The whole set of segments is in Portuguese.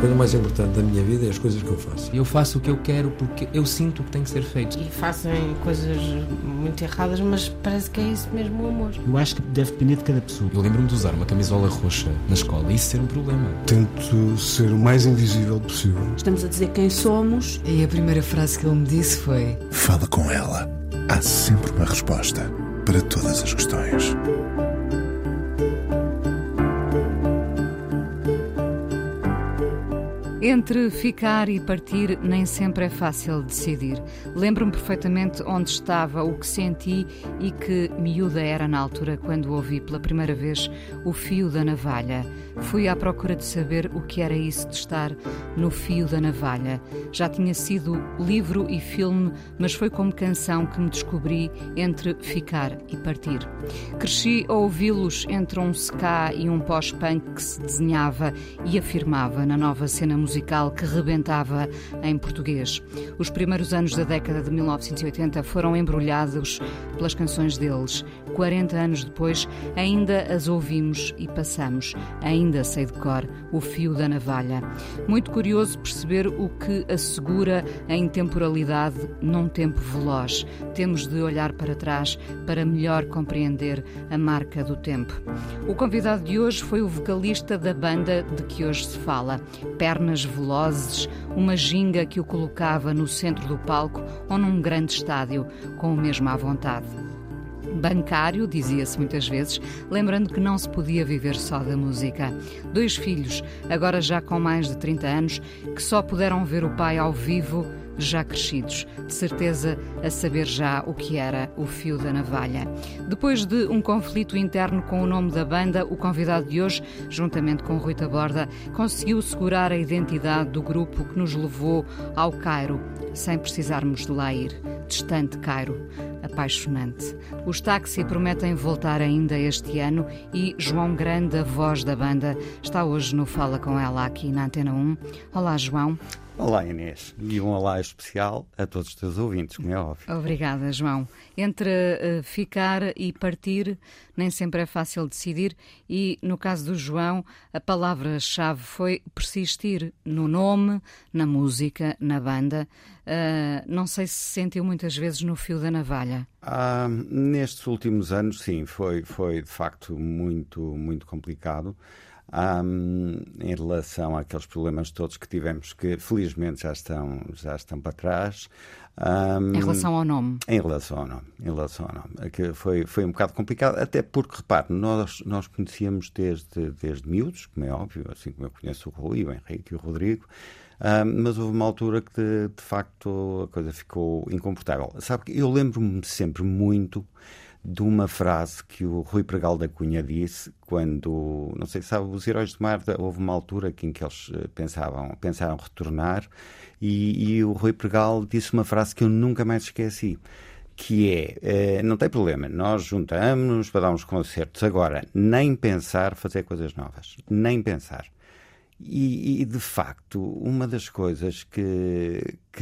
coisa mais importante da minha vida é as coisas que eu faço. Eu faço o que eu quero porque eu sinto que tem que ser feito. E fazem coisas muito erradas, mas parece que é isso mesmo o amor. Eu acho que deve depender de cada pessoa. Eu lembro-me de usar uma camisola roxa na escola e isso ser um problema. Tento ser o mais invisível possível. Estamos a dizer quem somos. E a primeira frase que ele me disse foi: fala com ela. Há sempre uma resposta para todas as questões. Entre ficar e partir nem sempre é fácil decidir. Lembro-me perfeitamente onde estava, o que senti e que miúda era na altura quando ouvi pela primeira vez o fio da navalha. Fui à procura de saber o que era isso de estar no fio da navalha. Já tinha sido livro e filme, mas foi como canção que me descobri entre ficar e partir. Cresci a ouvi-los entre um ska e um pós-punk que se desenhava e afirmava na nova cena musical que rebentava em português. Os primeiros anos da década de 1980 foram embrulhados pelas canções deles. 40 anos depois, ainda as ouvimos e passamos. Ainda sei de cor o fio da navalha. Muito curioso perceber o que assegura a intemporalidade num tempo veloz. Temos de olhar para trás para melhor compreender a marca do tempo. O convidado de hoje foi o vocalista da banda de que hoje se fala. Pernas velozes, uma ginga que o colocava no centro do palco ou num grande estádio, com o mesmo à vontade. Bancário, dizia-se muitas vezes, lembrando que não se podia viver só da música. 2 filhos, agora já com mais de 30 anos, que só puderam ver o pai ao vivo, já crescidos, de certeza a saber já o que era o fio da navalha. Depois de um conflito interno com o nome da banda, o convidado de hoje, juntamente com Rui Taborda, conseguiu segurar a identidade do grupo que nos levou ao Cairo, sem precisarmos de lá ir. Distante Cairo, apaixonante. Os Táxi prometem voltar ainda este ano e João Grande, a voz da banda, está hoje no Fala Com Ela aqui na Antena 1. Olá, João. Olá, Inês. E um olá especial a todos os teus ouvintes, como é óbvio. Obrigada, João. Entre ficar e partir, nem sempre é fácil decidir e, no caso do João, a palavra-chave foi persistir no nome, na música, na banda. Não sei se se sentiu muitas vezes no fio da navalha. Nestes últimos anos, sim, foi de facto muito complicado. Em relação àqueles problemas todos que tivemos, que felizmente já estão para trás. Em relação ao nome? Em relação ao nome. Que foi um bocado complicado, até porque, repare, nós conhecíamos desde miúdos, como é óbvio, assim como eu conheço o Rui, o Henrique e o Rodrigo, mas houve uma altura que, de facto, a coisa ficou incomportável. Sabe que eu lembro-me sempre muito de uma frase que o Rui Pregal da Cunha disse quando, não sei se sabe, os Heróis do Mar, houve uma altura em que eles pensaram retornar e o Rui Pregal disse uma frase que eu nunca mais esqueci, que é, não tem problema, nós juntamos-nos para dar uns concertos, agora, nem pensar fazer coisas novas, nem pensar. E de facto, uma das coisas que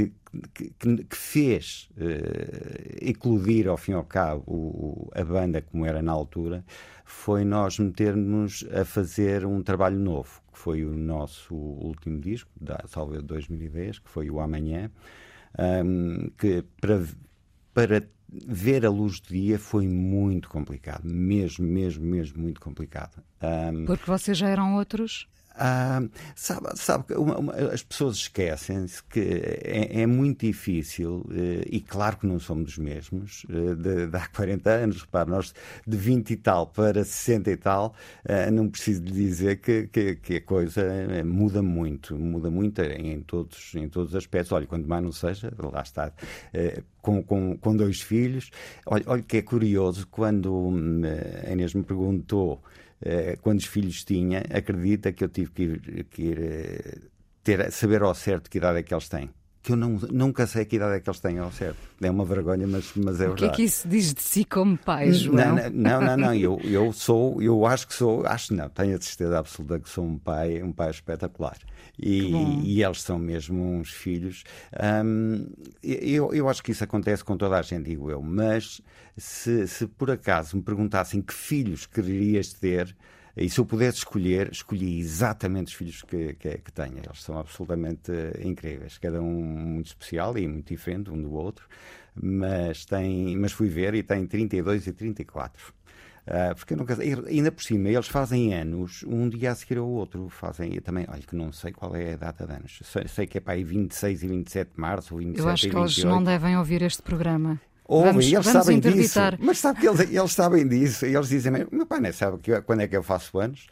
fez eclodir ao fim e ao cabo a banda como era na altura foi nós metermos a fazer um trabalho novo, que foi o nosso último disco, salvo de 2010, que foi o Amanhã, que para ver a luz do dia foi muito complicado, mesmo muito complicado. Porque vocês já eram outros? Sabe as pessoas esquecem-se que é muito difícil, e claro que não somos os mesmos de há 40 anos, repare, nós de 20 e tal para 60 e tal, não preciso lhe dizer que a coisa muda muito em todos os aspectos. Olha, quando mais não seja, lá está, com 2 filhos. Olha que é curioso, quando a Inês me perguntou quantos filhos tinha, acredita que eu tive que saber ao certo que idade é que eles têm. Que eu nunca sei que idade é que eles têm ao certo. É uma vergonha, mas é verdade. O que é que isso diz de si como pai, João? Não. Eu acho não, tenho a certeza absoluta que sou um pai espetacular. E eles são mesmo uns filhos. Eu acho que isso acontece com toda a gente, digo eu, mas se por acaso me perguntassem que filhos querias ter, E se eu pudesse escolher, escolhi exatamente os filhos que tenho. Eles são absolutamente incríveis, cada um muito especial e muito diferente um do outro, mas fui ver e tem 32 e 34. Porque eu nunca, ainda por cima, eles fazem anos um dia a seguir ao outro. Fazem, eu também, olha, que não sei qual é a data de anos. Sei que é para aí 26 e 27 de março, ou 27 eu acho e que 28. Eles não devem ouvir este programa. Ouvem, eles sabem disso. interditar. Mas sabe que eles sabem disso. Eles dizem, meu pai nem sabe quando é que eu faço anos.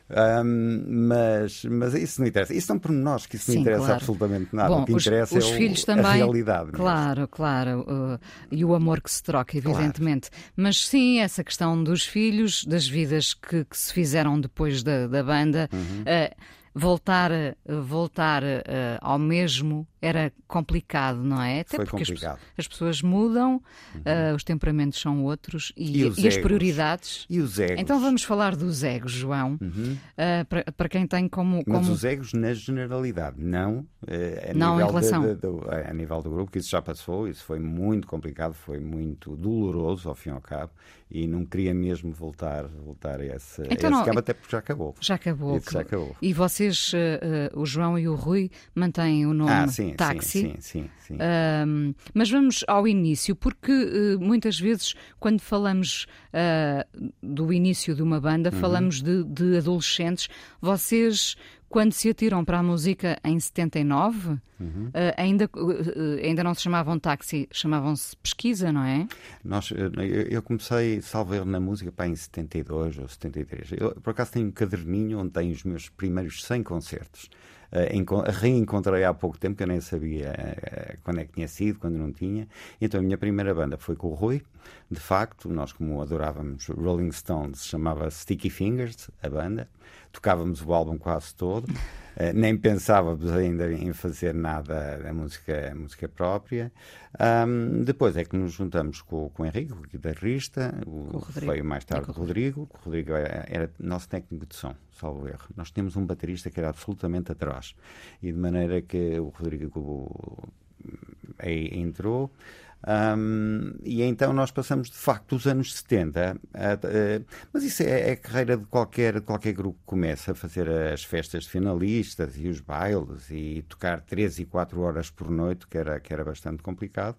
Mas isso não interessa. Isso são pormenores, que isso não interessa claro. absolutamente nada. Bom, o que interessa os filhos também, a realidade. Claro. E o amor que se troca, evidentemente. Claro. Mas sim, essa questão dos filhos, das vidas que se fizeram depois da banda, voltar ao mesmo era complicado, não é? Até foi porque complicado. As pessoas mudam, os temperamentos são outros e as prioridades. E os egos. Então vamos falar dos egos, João. Para quem tem como... Mas os egos na generalidade, não não nível em relação... a nível do grupo, que isso já passou, isso foi muito complicado, foi muito doloroso ao fim e ao cabo, e não queria mesmo voltar a esse cabo, até porque já acabou. Já acabou. Já acabou. E vocês, o João e o Rui, mantêm o nome Táxi. Sim. Mas vamos ao início, porque muitas vezes, quando falamos do início de uma banda, falamos de adolescentes. Vocês, quando se atiram para a música em 79, ainda não se chamavam Táxi, chamavam-se Pesquisa, não é? Eu comecei, salvo erro, na música em 72 ou 73. Eu, por acaso, tenho um caderninho onde tenho os meus primeiros 100 concertos. Reencontrei há pouco tempo, que eu nem sabia quando é que tinha sido, quando não tinha. Então a minha primeira banda foi com o Rui. De facto, nós, como adorávamos Rolling Stones, chamava-se Sticky Fingers, a banda. Tocávamos o álbum quase todo. Nem pensávamos ainda em fazer nada da música própria. Depois é que nos juntamos com o Henrique, o guitarrista, veio mais tarde o Rodrigo. O Rodrigo era nosso técnico de som, salvo erro. Nós tínhamos um baterista que era absolutamente atroz, e de maneira que o Rodrigo entrou. E então nós passamos de facto os anos 70 mas isso é a carreira de qualquer grupo que começa a fazer as festas de finalistas e os bailes e tocar 3 e 4 horas por noite, que era bastante complicado,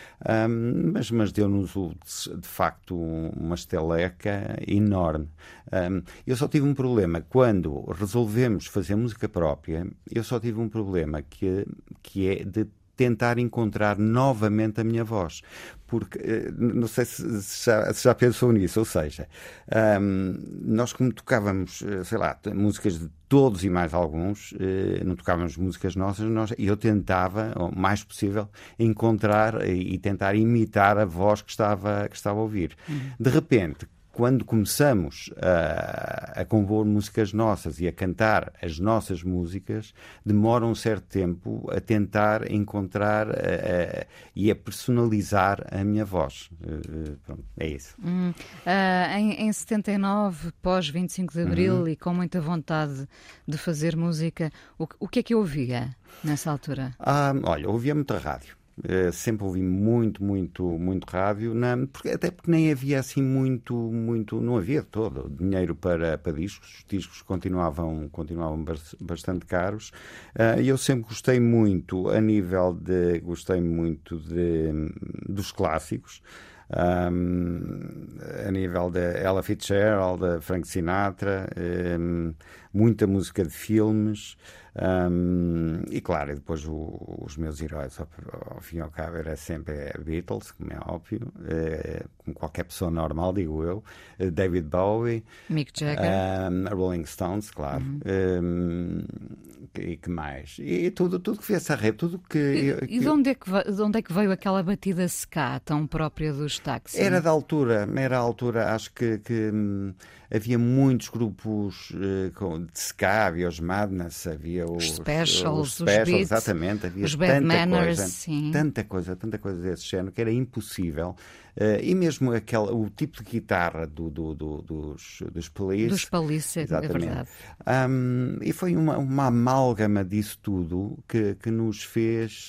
mas deu-nos de facto uma esteleca enorme. Eu só tive um problema quando resolvemos fazer música própria. Eu só tive um problema que é de tentar encontrar novamente a minha voz, porque não sei se já pensou nisso, ou seja, nós, como tocávamos, sei lá, músicas de todos e mais alguns, não tocávamos músicas nossas, eu tentava, o mais possível, encontrar e tentar imitar a voz que estava a ouvir. De repente, quando começamos a compor músicas nossas e a cantar as nossas músicas, demora um certo tempo a tentar encontrar e a personalizar a minha voz. Pronto, é isso. Em 79, pós 25 de Abril, e com muita vontade de fazer música, o que é que eu ouvia nessa altura? Olha, ouvia muita rádio. Sempre ouvi muito rádio, até porque nem havia assim muito, não havia todo dinheiro para discos. Os discos continuavam bastante caros. Eu sempre gostei muito dos clássicos. A nível da Ella Fitzgerald, da Frank Sinatra, muita música de filmes, e claro, depois os meus heróis ao fim e ao cabo era sempre Beatles, como é óbvio, como qualquer pessoa normal, digo eu, David Bowie, Mick Jagger, Rolling Stones, claro. E que mais? E tudo que foi essa rede, tudo que... E de onde é que veio aquela batida ska tão própria dos Táxi? Era a altura, acho que havia muitos grupos de ska, havia os Madness, havia os Specials, os Beats, exatamente, havia os Bad Manners, tanta coisa desse género que era impossível. E mesmo o tipo de guitarra dos Police. Dos Police, é verdade. E foi uma amálgama disso tudo que nos fez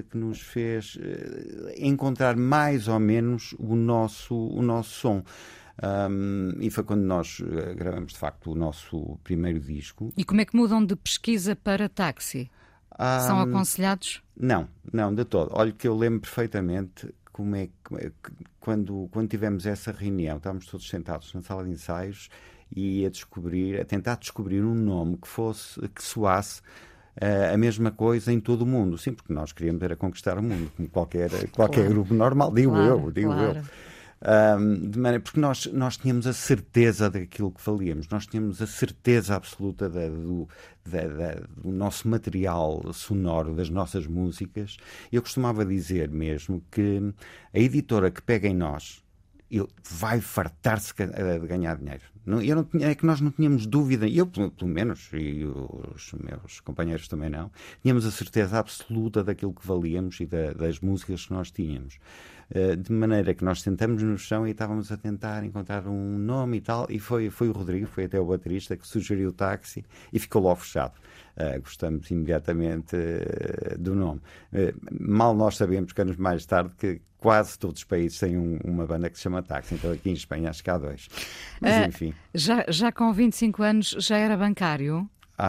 encontrar mais ou menos o nosso som. E foi quando nós gravamos, de facto, o nosso primeiro disco. E como é que mudam de pesquisa para táxi? São aconselhados? Não, de todo. Olha que eu lembro perfeitamente como é que, quando tivemos essa reunião, estávamos todos sentados na sala de ensaios e a tentar descobrir um nome que soasse a mesma coisa em todo o mundo. Sim, porque nós queríamos era conquistar o mundo, como qualquer grupo normal, digo eu. De maneira, porque nós tínhamos a certeza daquilo que falíamos, nós tínhamos a certeza absoluta do nosso material sonoro, das nossas músicas. Eu costumava dizer mesmo que a editora que pega em nós vai fartar-se de ganhar dinheiro. É que nós não tínhamos dúvida, eu pelo menos, e os meus companheiros também não, tínhamos a certeza absoluta daquilo que valíamos e das músicas que nós tínhamos. De maneira que nós sentamos no chão e estávamos a tentar encontrar um nome e tal, e foi o Rodrigo, foi até o baterista, que sugeriu o táxi e ficou logo fechado. Gostamos imediatamente do nome. Mal nós sabemos que anos mais tarde que quase todos os países têm uma banda que se chama Táxi, então aqui em Espanha acho que há 2. Mas enfim. Já com 25 anos já era bancário?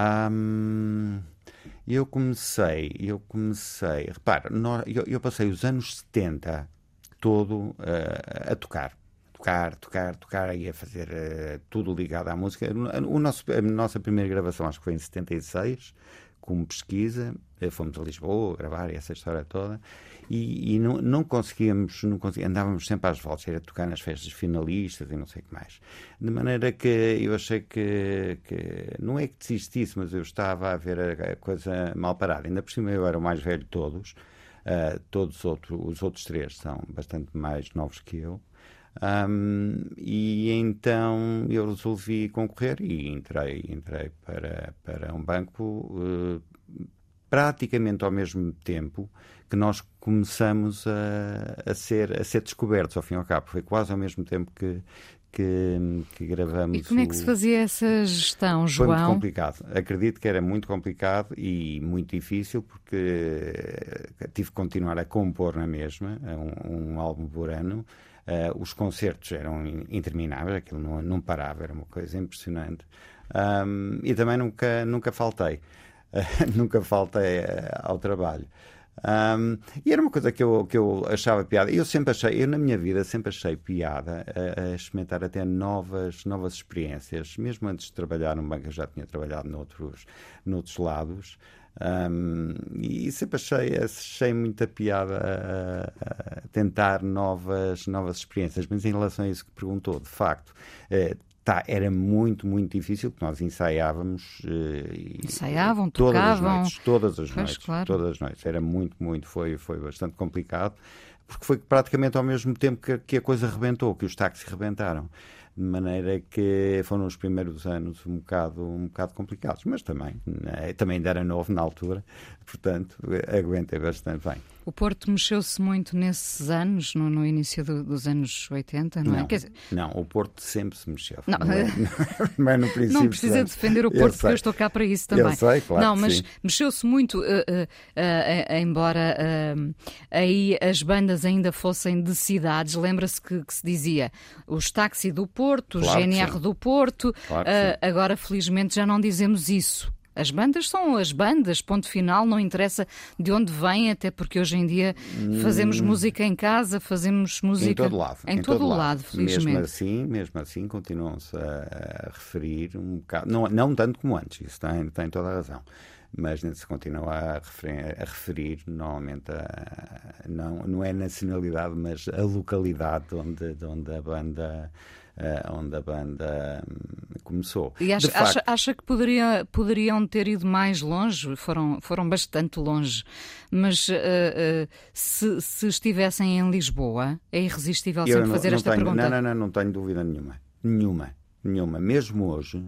Eu comecei, repara, eu passei os anos 70 todo a tocar e a fazer tudo ligado à música. A nossa primeira gravação acho que foi em 76, como pesquisa, fomos a Lisboa gravar essa história toda e não conseguíamos, andávamos sempre às voltas, era tocar nas festas finalistas e não sei o que mais. De maneira que eu achei que não é que desistisse, mas eu estava a ver a coisa mal parada. Ainda por cima eu era o mais velho de todos. Os outros 3 são bastante mais novos que eu. E então eu resolvi concorrer e entrei para um banco praticamente ao mesmo tempo que nós começamos a ser descobertos, ao fim e ao cabo. Foi quase ao mesmo tempo que gravamos. E como é que se fazia essa gestão, João? Foi muito complicado. Acredito que era muito complicado e muito difícil, porque tive que continuar a compor na mesma, um álbum por ano. Os concertos eram intermináveis, aquilo não parava, era uma coisa impressionante. E também nunca faltei. Nunca faltei ao trabalho. E era uma coisa que eu achava piada. Eu na minha vida sempre achei piada a experimentar até novas experiências. Mesmo antes de trabalhar num banco, eu já tinha trabalhado noutros lados. E sempre achei muita piada a tentar novas experiências. Mas em relação a isso que perguntou, de facto, era muito, muito difícil, porque nós ensaiávamos. Ensaiavam, tocavam. Todas as noites. Claro. Todas as noites. Era muito, muito. Foi bastante complicado, porque foi praticamente ao mesmo tempo que a coisa rebentou, que os táxis rebentaram. De maneira que foram os primeiros anos um bocado complicados, mas também ainda era novo na altura, portanto aguentei bastante bem. O Porto mexeu-se muito nesses anos, no início dos anos 80, não é? Não, o Porto sempre se mexeu. Não é no princípio. Não precisa defender o Porto, porque eu estou cá para isso também. Eu sei, claro. Não, mas mexeu-se muito, embora aí as bandas ainda fossem de cidades. Lembra-se que se dizia os táxi do Porto, os GNR do Porto. Claro agora, felizmente, já não dizemos isso. As bandas são as bandas, ponto final, não interessa de onde vêm, até porque hoje em dia fazemos música em casa, fazemos música em todo lado, felizmente. Mesmo assim continuam-se a referir um bocado, não tanto como antes, isso tem toda a razão, mas se continua a referir normalmente não é a nacionalidade, mas a localidade onde a banda começou. E acha que poderiam ter ido mais longe? Foram bastante longe, mas se estivessem em Lisboa, é irresistível sempre fazer esta pergunta. Não tenho dúvida nenhuma. Mesmo hoje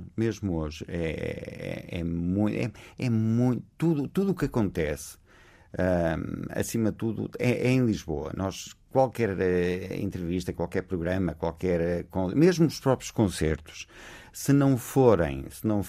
é muito tudo o que acontece, acima de tudo, é em Lisboa. Qualquer entrevista, qualquer programa, mesmo os próprios concertos, Se não forem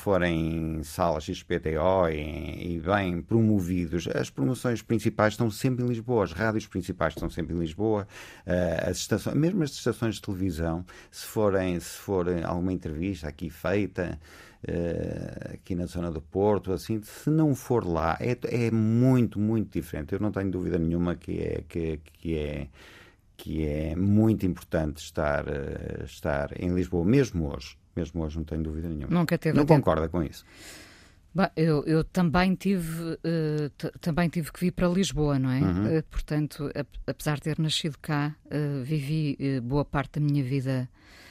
salas XPTO e bem promovidos, as promoções principais estão sempre em Lisboa, as rádios principais estão sempre em Lisboa, as estações, mesmo as estações de televisão, se for alguma entrevista aqui feita, aqui na zona do Porto, assim, se não for lá, é muito, muito diferente. Eu não tenho dúvida nenhuma que é muito importante estar em Lisboa, mesmo hoje não tenho dúvida nenhuma. Nunca teve não concorda com isso? Bem, eu também tive que vir para Lisboa, não é? Portanto, apesar de ter nascido cá, vivi boa parte da minha vida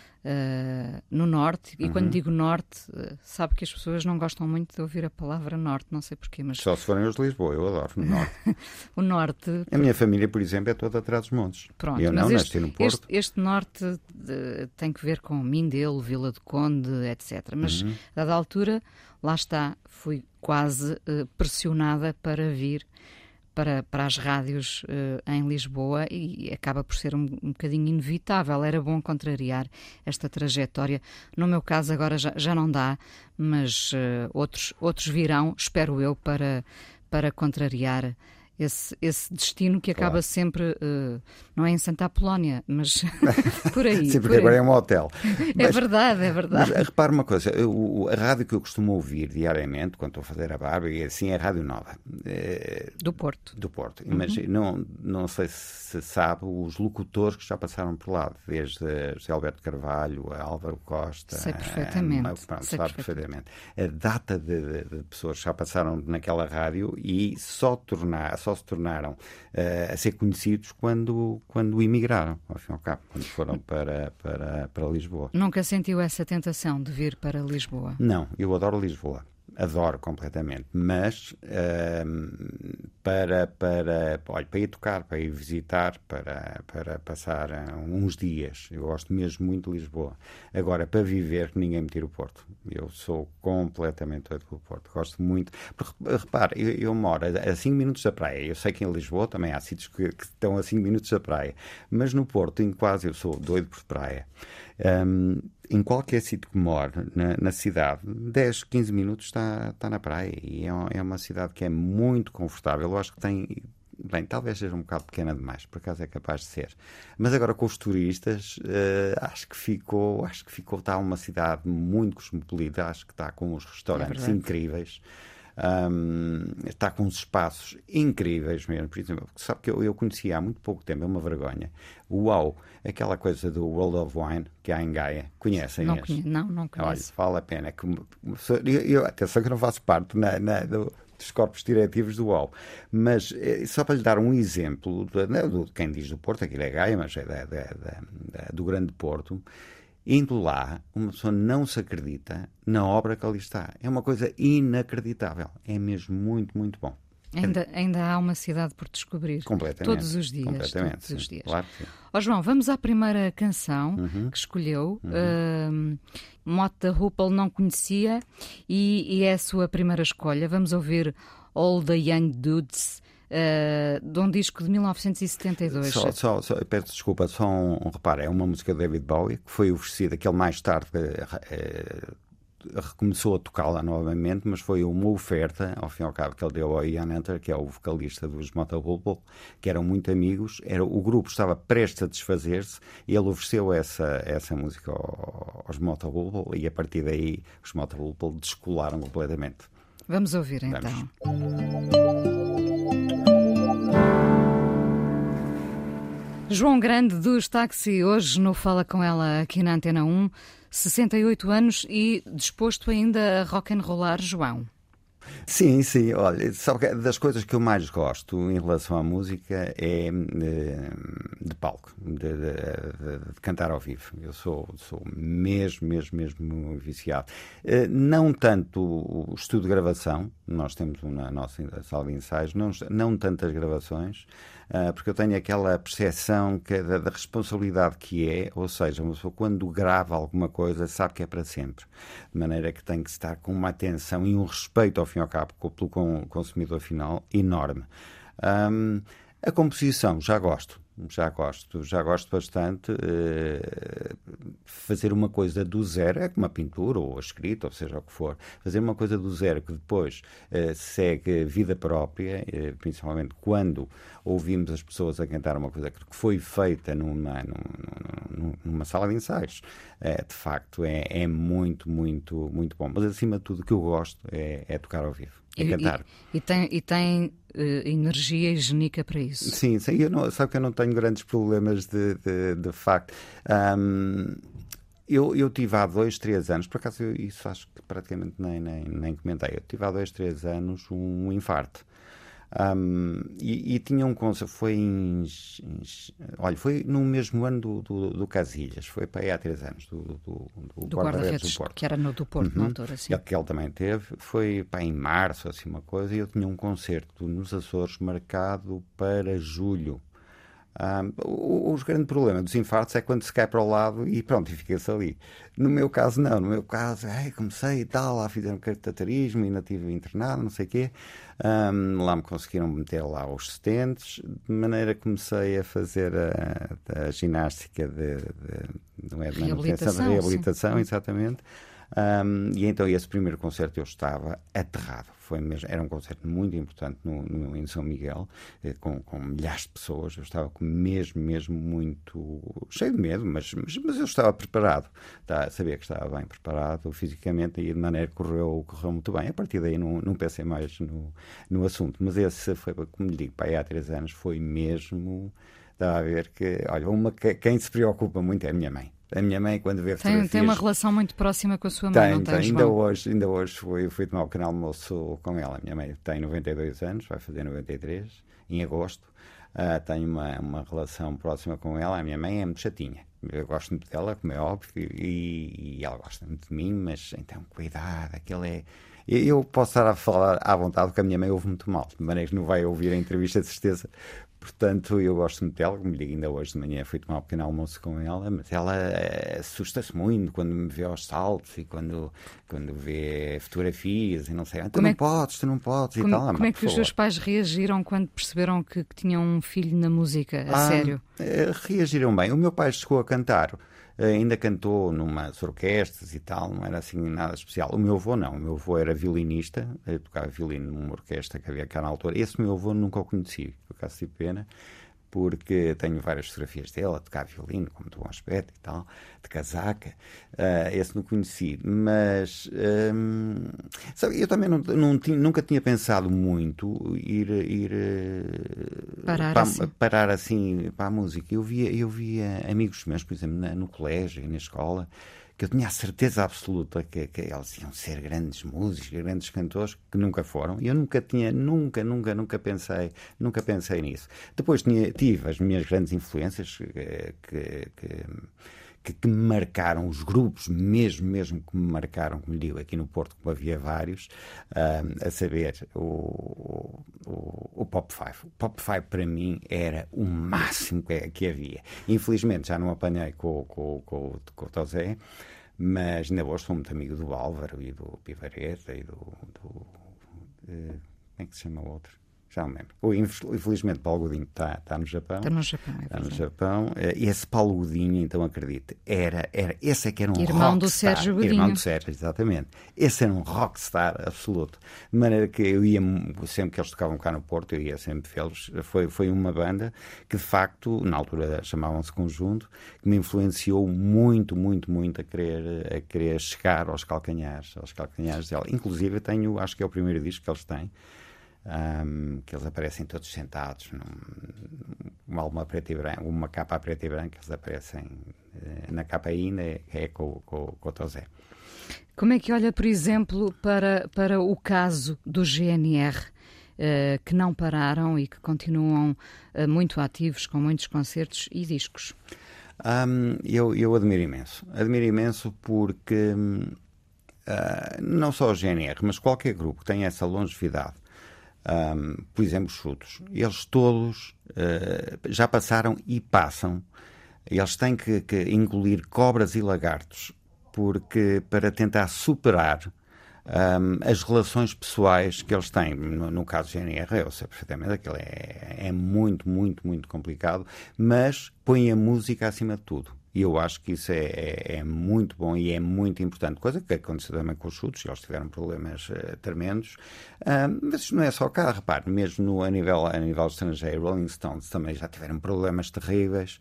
no Norte, e quando digo Norte, sabe que as pessoas não gostam muito de ouvir a palavra Norte, não sei porquê, mas... Só se forem os de Lisboa, eu adoro o Norte. O Norte... A minha família, por exemplo, é toda atrás dos montes. Pronto, eu não nasci no Porto. Este Norte tem que ver com Mindelo, Vila do Conde, etc. Mas, a dada altura, lá está, fui quase pressionada para vir para as rádios em Lisboa, e acaba por ser um bocadinho inevitável. Era bom contrariar esta trajetória. No meu caso agora já não dá, mas outros virão, espero eu, para contrariar esse destino que acaba sempre, não é em Santa Apolónia, mas por aí. Sim, porque agora é um hotel. É verdade. Mas repare uma coisa, a rádio que eu costumo ouvir diariamente, quando estou a fazer a barba, e assim é a Rádio Nova. Do Porto. Mas não sei se sabe os locutores que já passaram por lá, desde José Alberto Carvalho, a Álvaro Costa. Sei perfeitamente. Sabe perfeitamente. A data de pessoas que já passaram naquela rádio e só se tornaram a ser conhecidos quando emigraram, ao fim e ao cabo, quando foram para Lisboa. Nunca sentiu essa tentação de vir para Lisboa? Não, eu adoro Lisboa. Adoro completamente, mas para ir tocar, para ir visitar, para passar uns dias. Eu gosto mesmo muito de Lisboa. Agora, para viver, que ninguém me tira o Porto. Eu sou completamente doido pelo Porto. Gosto muito. Porque, repare, eu moro a 5 minutos da praia. Eu sei que em Lisboa também há sítios que estão a 5 minutos da praia. Mas no Porto, eu sou doido por praia. Em qualquer sítio que moro na cidade, 10, 15 minutos está na praia, e é uma cidade que é muito confortável. Eu acho que tem, bem, talvez seja um bocado pequena demais, por acaso é capaz de ser, mas agora com os turistas acho que está uma cidade muito cosmopolita. Acho que está com os restaurantes incríveis. Está com uns espaços incríveis mesmo. Por exemplo, sabe que eu conhecia há muito pouco tempo, é uma vergonha, o UAU, aquela coisa do World of Wine que há em Gaia. Conhecem? Não conheço. Olha, vale a pena. Atenção que eu não faço parte dos corpos diretivos do UAU, mas só para lhe dar um exemplo quem diz do Porto, aquilo é Gaia, mas é do Grande Porto. Indo lá, uma pessoa não se acredita na obra que ali está. É uma coisa inacreditável. É mesmo muito, muito bom. Ainda há uma cidade por descobrir. Completamente. Todos os dias. Completamente, todos os dias. Claro que sim. João, vamos à primeira canção que escolheu. Mott the Hoople não conhecia e é a sua primeira escolha. Vamos ouvir All the Young Dudes, de um disco de 1972. Peço desculpa, só um reparo. É uma música de David Bowie que foi oferecida, que ele mais tarde recomeçou a tocá-la novamente, mas foi uma oferta, ao fim e ao cabo, que ele deu ao Ian Hunter, que é o vocalista dos Mott the Hoople, que eram muito amigos. O grupo estava prestes a desfazer-se e ele ofereceu essa música aos Mott the Hoople, e a partir daí os Mott the Hoople descolaram completamente. Vamos ouvir então. João Grande dos Táxi, hoje no Fala Com Ela aqui na Antena 1, 68 anos e disposto ainda a rock'n'rollar, João. Sim, olha, sabe que das coisas que eu mais gosto em relação à música é de palco, de cantar ao vivo. Eu sou mesmo viciado. Não tanto o estudo de gravação, nós temos na nossa sala de ensaios, não tantas gravações, porque eu tenho aquela percepção da responsabilidade que é, ou seja, uma pessoa quando grava alguma coisa sabe que é para sempre, de maneira que tem que estar com uma atenção e um respeito ao fim e ao cabo pelo consumidor final enorme. A composição já gosto, Já gosto bastante. Fazer uma coisa do zero, é como a pintura ou a escrita, ou seja o que for. Fazer uma coisa do zero que depois segue vida própria, principalmente quando ouvimos as pessoas a cantar uma coisa que foi feita numa sala de ensaios. De facto, é muito, muito, muito bom. Mas, acima de tudo, o que eu gosto é tocar ao vivo, é cantar. E tem energia higiênica para isso. Sim, sabe que eu não tenho grandes problemas de facto. Eu tive há 2-3 anos, por acaso isso acho que praticamente nem comentei, eu tive há 2-3 anos um infarto. E tinha um concerto, foi no mesmo ano do Casilhas, foi para aí há 3 anos, do guarda-redes do Porto. Que era do Porto, na altura, sim. Que ele também teve, foi para em março, assim uma coisa, e eu tinha um concerto nos Açores marcado para julho. O grande problema dos infartos é quando se cai para o lado e pronto, e fica-se ali. No meu caso não, no meu caso comecei e tal, lá fizeram cateterismo, ainda estive internado, não sei o quê, lá me conseguiram meter lá os stents, de maneira que comecei a fazer a ginástica de reabilitação, exatamente. E então esse primeiro concerto eu estava aterrado. Era um concerto muito importante em São Miguel, com milhares de pessoas. Eu estava mesmo muito cheio de medo, mas eu estava preparado. Sabia que estava bem preparado fisicamente, e de maneira que correu muito bem. A partir daí não pensei mais no assunto. Mas esse foi, como lhe digo, há 3 anos, foi mesmo... Estava a ver que, olha, quem se preocupa muito é a minha mãe. A minha mãe, quando vê fotografias... Tem uma relação muito próxima com a sua mãe, não tem, ainda hoje fui tomar o pequeno almoço com ela. A minha mãe tem 92 anos, vai fazer 93, em agosto. Tenho uma relação próxima com ela. A minha mãe é muito chatinha. Eu gosto muito dela, como é óbvio, e ela gosta muito de mim, mas então, cuidado, aquele é... Eu posso estar a falar à vontade, porque a minha mãe ouve muito mal, de maneira que não vai ouvir a entrevista, de certeza. Portanto, eu gosto muito dela, como lhe digo, ainda hoje de manhã fui tomar um pequeno almoço com ela, mas ela assusta-se muito quando me vê aos saltos e quando vê fotografias e não sei, tu não podes e tal. Como é que os seus pais reagiram quando perceberam que tinham um filho na música, a sério? Reagiram bem. O meu pai chegou a cantar. Ainda cantou numas orquestras e tal, não era assim nada especial. O meu avô não, o meu avô era violinista, tocava violino numa orquestra que havia cá na altura. Esse meu avô nunca o conheci, por acaso tive pena, porque tenho várias fotografias dele a tocar violino, com muito bom aspecto e tal, de casaca. Esse não conheci, mas sabe, eu também nunca tinha pensado muito ir parar assim para a música. Eu via amigos meus, por exemplo, no colégio e na escola, que eu tinha a certeza absoluta que eles iam ser grandes músicos, grandes cantores, que nunca foram. E eu nunca pensei nisso. Depois tive as minhas grandes influências que me marcaram, os grupos mesmo que me marcaram, como lhe digo, aqui no Porto, como havia vários, a saber, o Pop 5. O Pop 5 para mim era o máximo que havia. Infelizmente já não apanhei com o Tosé, mas ainda hoje sou muito amigo do Álvaro e do Pivareta e do como é que se chama o outro? Já me lembro. Infelizmente, Paulo Godinho está no Japão. Está no Japão. E esse Paulo Godinho, então, acredite, esse é que era um rockstar. Irmão do Sérgio Godinho. Irmão do Sérgio, exatamente. Esse era um rockstar absoluto. De maneira que eu ia, sempre que eles tocavam cá no Porto, eu ia sempre vê-los. Foi uma banda que, de facto, na altura chamavam-se Conjunto, que me influenciou muito a querer chegar aos calcanhares dela. Inclusive, eu tenho, acho que é o primeiro disco que eles têm, que eles aparecem todos sentados uma capa a preto e branco, eles aparecem na capa ainda é com o Tosé. Como é que olha, por exemplo, para o caso do GNR, que não pararam e que continuam muito ativos, com muitos concertos e discos? Eu admiro imenso porque não só o GNR, mas qualquer grupo que tenha essa longevidade. Por exemplo, os Frutos, eles todos já passaram e passam. Eles têm que engolir cobras e lagartos para tentar superar as relações pessoais que eles têm. No caso do GNR, eu sei perfeitamente, aquilo é muito, muito, muito complicado, mas põe a música acima de tudo. E eu acho que isso é muito bom e é muito importante. Coisa que aconteceu também com os Chutes, eles tiveram problemas tremendos. Mas isto não é só cá, repare, mesmo a nível estrangeiro, Rolling Stones também já tiveram problemas terríveis.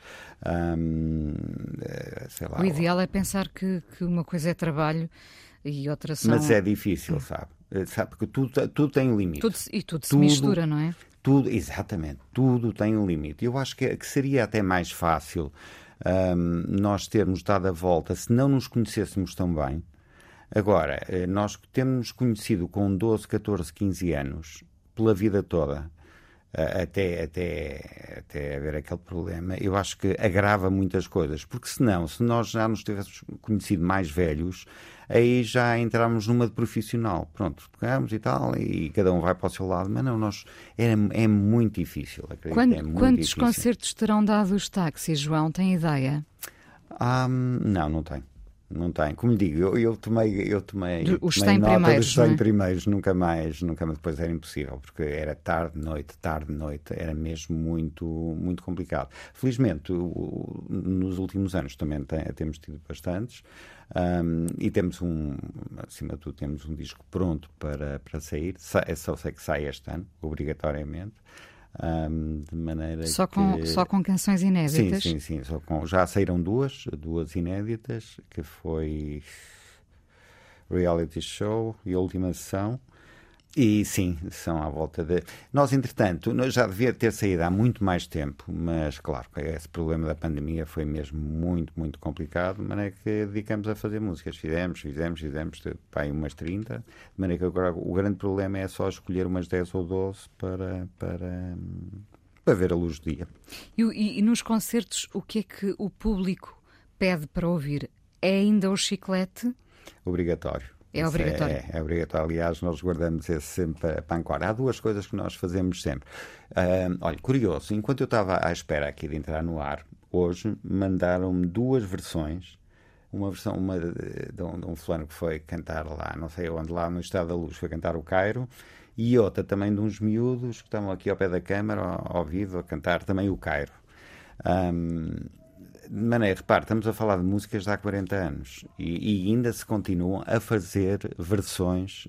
Sei lá, o ideal é pensar que uma coisa é trabalho e outra são... Mas é difícil, sabe? Porque tudo tem um limite. Tudo se mistura, não é? Tudo, exatamente. Tudo tem um limite. Eu acho que seria até mais fácil nós termos dado a volta se não nos conhecêssemos tão bem. Agora, nós temos conhecido com 12, 14, 15 anos, pela vida toda, até haver aquele problema, eu acho que agrava muitas coisas, porque senão, se nós já nos tivéssemos conhecido mais velhos, aí já entramos numa de profissional. Pronto, tocamos e tal, e cada um vai para o seu lado, mas não, é muito difícil. Quantos difícil. Concertos terão dado os Táxis, João? Tem ideia? Não tenho. Não tem. Como lhe digo, eu tomei os nota dos 100 primeiros, nunca mais, depois era impossível, porque era tarde, noite, era mesmo muito, muito complicado. Felizmente, nos últimos anos também temos tido bastantes, e temos acima de tudo, temos um disco pronto para sair, só sei que sai este ano, obrigatoriamente. De maneira só com canções inéditas? Sim, já saíram duas inéditas, que foi Reality Show e a Última Sessão, e sim, são à volta de... Nós, entretanto, já devia ter saído há muito mais tempo, mas claro, esse problema da pandemia foi mesmo muito, muito complicado, de maneira que dedicamos a fazer músicas. Fizemos pá, umas 30, de maneira que agora o grande problema é só escolher umas 10 ou 12 para ver a luz do dia. E nos concertos, o que é que o público pede para ouvir? É ainda o chiclete? Obrigatório. É obrigatório. É obrigatório. Aliás, nós guardamos esse sempre para ancora. Há duas coisas que nós fazemos sempre. Olha, curioso, enquanto eu estava à espera aqui de entrar no ar, hoje mandaram-me duas versões. Uma versão de um fulano que foi cantar lá, não sei onde, lá no Estado da Luz, foi cantar o Cairo, e outra também de uns miúdos que estavam aqui ao pé da câmara, ao vivo, a cantar também o Cairo. De maneira, repare, estamos a falar de músicas de há 40 anos e ainda se continuam a fazer versões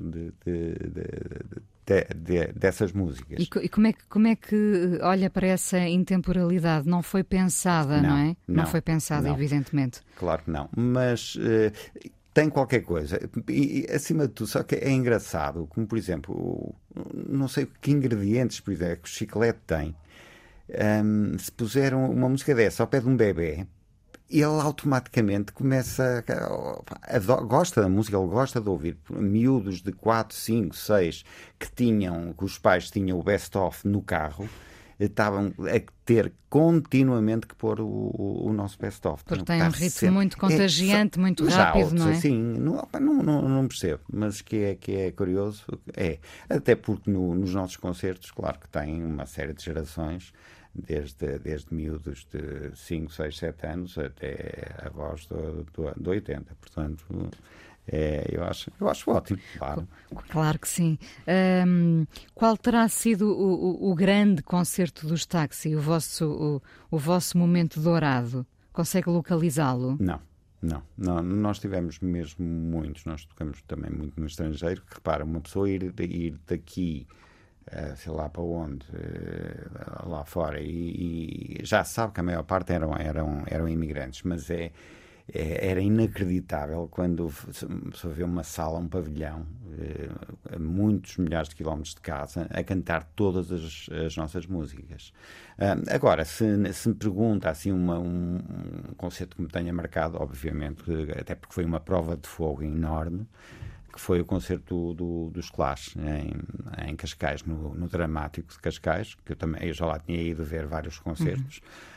dessas músicas. E como é que olha para essa intemporalidade? Não foi pensada, não é? Não foi pensada, evidentemente. Claro que não, mas tem qualquer coisa. E acima de tudo, só que é engraçado, como por exemplo, não sei que ingredientes, por exemplo, que o chiclete tem. Se puseram uma música dessa ao pé de um bebê, ele automaticamente começa gosta da música, ele gosta de ouvir. Miúdos de 4, 5, 6 que os pais tinham o best-of no carro, estavam a ter continuamente que pôr o nosso best-of. Porque tem um ritmo muito contagiante, muito rápido, altos, não é? Assim, não percebo, mas que é curioso. Até porque nos nossos concertos, claro que tem uma série de gerações, desde miúdos de 5, 6, 7 anos até a voz do 80. Portanto, eu acho ótimo, claro. Claro que sim. Qual terá sido o grande concerto dos Táxi, o vosso momento dourado? Consegue localizá-lo? Não, nós tivemos mesmo muitos. Nós tocamos também muito no estrangeiro, que repara, uma pessoa ir daqui, sei lá para onde, lá fora, e já sabe que a maior parte eram imigrantes, mas era inacreditável quando se vê uma sala, um pavilhão, a muitos milhares de quilómetros de casa, a cantar todas as nossas músicas. Agora, se me pergunta assim um concerto que me tenha marcado, obviamente, até porque foi uma prova de fogo enorme, que foi o concerto dos Clash em Cascais, no Dramático de Cascais, que eu já lá tinha ido ver vários concertos.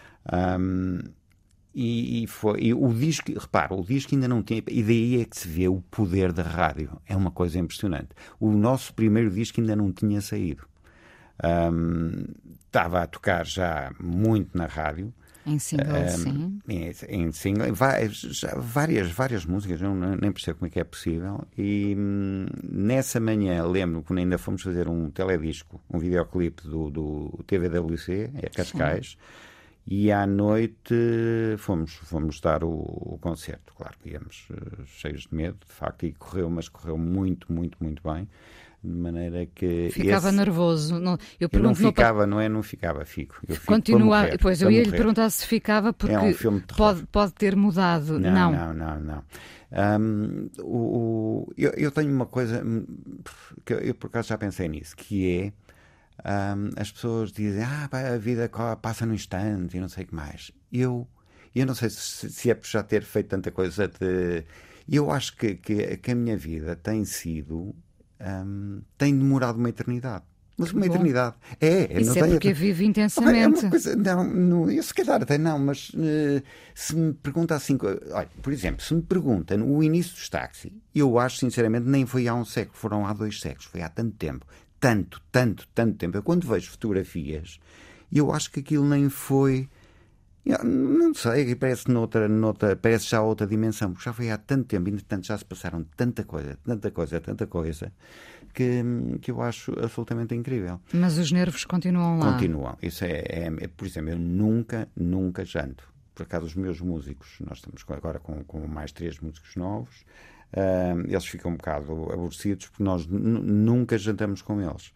E o disco, repara, o disco ainda não tinha, e daí é que se vê o poder da rádio. É uma coisa impressionante. O nosso primeiro disco ainda não tinha saído. Estava a tocar já muito na rádio, Em single, sim. Em single, várias músicas, eu nem percebo como é que é possível. E nessa manhã, lembro que ainda fomos fazer um teledisco, um videoclipe do TVWC, Cascais. Sim. E à noite fomos dar o concerto. Claro que íamos cheios de medo, de facto, e correu muito, muito, muito bem. De maneira que... Ficava nervoso. Não, eu não ficava, não ficava, fico. Eu fico continuar, pois eu ia lhe perguntar se ficava, porque é um filme de pode ter mudado. Não. Eu tenho uma coisa que eu por acaso já pensei nisso, que é as pessoas dizem a vida passa num instante e não sei o que mais. Eu não sei se é por já ter feito tanta coisa eu acho que a minha vida tem sido tem demorado uma eternidade. Mas uma eternidade. Isso é porque vive intensamente. É uma coisa, eu se calhar até não, mas se me pergunta assim, olha, por exemplo, se me perguntam o início dos táxis, eu acho sinceramente nem foi há um século, foram há 2 séculos, foi há tanto tempo. Tanto tempo. Eu quando vejo fotografias, eu acho que aquilo nem foi... Não sei, parece parece já outra dimensão, porque já foi há tanto tempo, entretanto já se passaram tanta coisa, que eu acho absolutamente incrível. Mas os nervos continuam lá. Continuam. Isso por exemplo, eu nunca janto. Por acaso, os meus músicos, nós estamos agora com mais 3 músicos novos, eles ficam um bocado aborrecidos porque nós nunca jantamos com eles.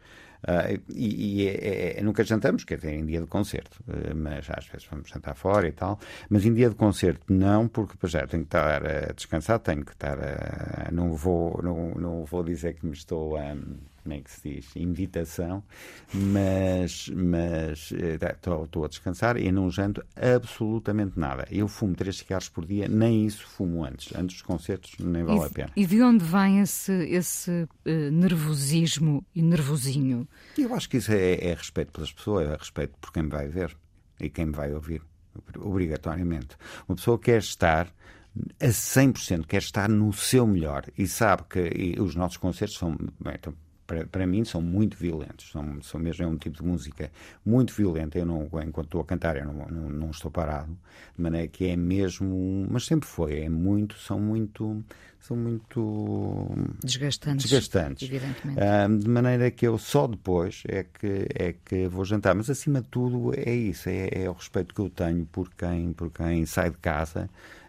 Nunca jantamos, quer dizer, em dia de concerto, mas às vezes vamos jantar fora e tal, mas em dia de concerto não, porque já tenho que estar a descansar, tenho que estar não vou dizer que me estou como é que se diz, invitação, mas estou a descansar e não janto absolutamente nada. Eu fumo 3 cigarros por dia, nem isso fumo antes dos concertos, nem vale a pena. E de onde vem esse nervosismo e nervosinho? Eu acho que isso é respeito pelas pessoas, é respeito por quem me vai ver e quem me vai ouvir, obrigatoriamente. Uma pessoa quer estar a 100%, quer estar no seu melhor e sabe que os nossos concertos são... Para mim são muito violentos, são mesmo, é um tipo de música muito violenta. Eu enquanto estou a cantar, eu não estou parado, de maneira que é mesmo, mas sempre foi, são muito desgastantes, evidentemente. De maneira que eu só depois é que vou jantar, mas acima de tudo é isso, é o respeito que eu tenho por quem sai de casa.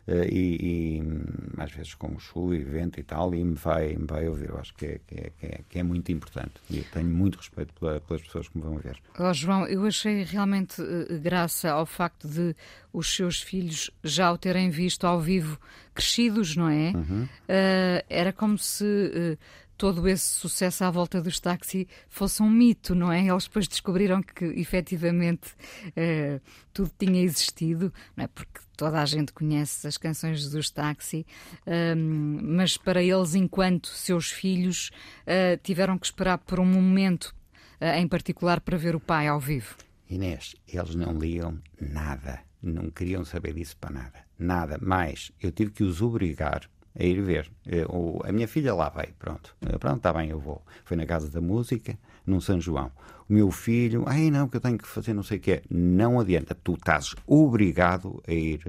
E às vezes com chuva e vento e tal, e me vai ouvir. Eu acho que é muito importante e eu tenho muito respeito pelas pessoas que me vão ver. João, eu achei realmente graça ao facto de os seus filhos já o terem visto ao vivo crescidos, não é? Uhum. Era como se todo esse sucesso à volta dos táxi fosse um mito, não é? Eles depois descobriram que efetivamente tudo tinha existido, não é? Porque toda a gente conhece as canções dos táxi, mas para eles, enquanto seus filhos, tiveram que esperar por um momento em particular para ver o pai ao vivo. Inês, eles não ligam nada, não queriam saber disso para nada, mas eu tive que os obrigar a ir ver. A minha filha lá veio, pronto, está bem, eu vou. Foi na Casa da Música, num São João. O meu filho, não, que eu tenho que fazer não sei o que é. Não adianta, tu estás obrigado a ir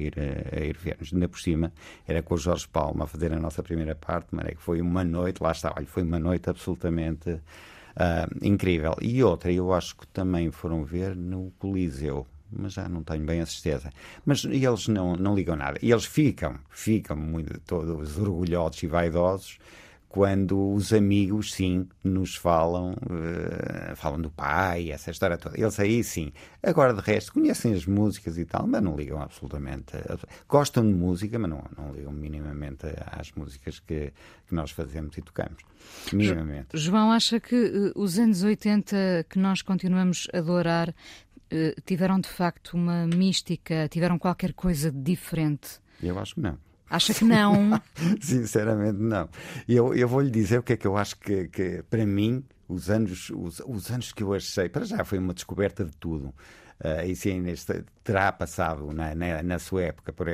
ver. Ainda por cima, era com o Jorge Palma a fazer a nossa primeira parte, mas é que foi uma noite, lá está, olha, foi uma noite absolutamente incrível. E outra, eu acho que também foram ver no Coliseu, mas já não tenho bem a certeza. Mas eles não ligam nada. E eles ficam muito, todos orgulhosos e vaidosos quando os amigos, sim, nos falam do pai, essa história toda. Eles aí, sim. Agora, de resto, conhecem as músicas e tal, mas não ligam absolutamente. Gostam de música, mas não ligam minimamente às músicas que nós fazemos e tocamos. Minimamente. João, acha que os anos 80 que nós continuamos a adorar tiveram de facto uma mística, tiveram qualquer coisa de diferente? Eu acho que não. Acha que não? Sinceramente não. Eu vou-lhe dizer o que é que eu acho que para mim, os anos que eu achei, para já foi uma descoberta de tudo. E sim, terá passado na sua época por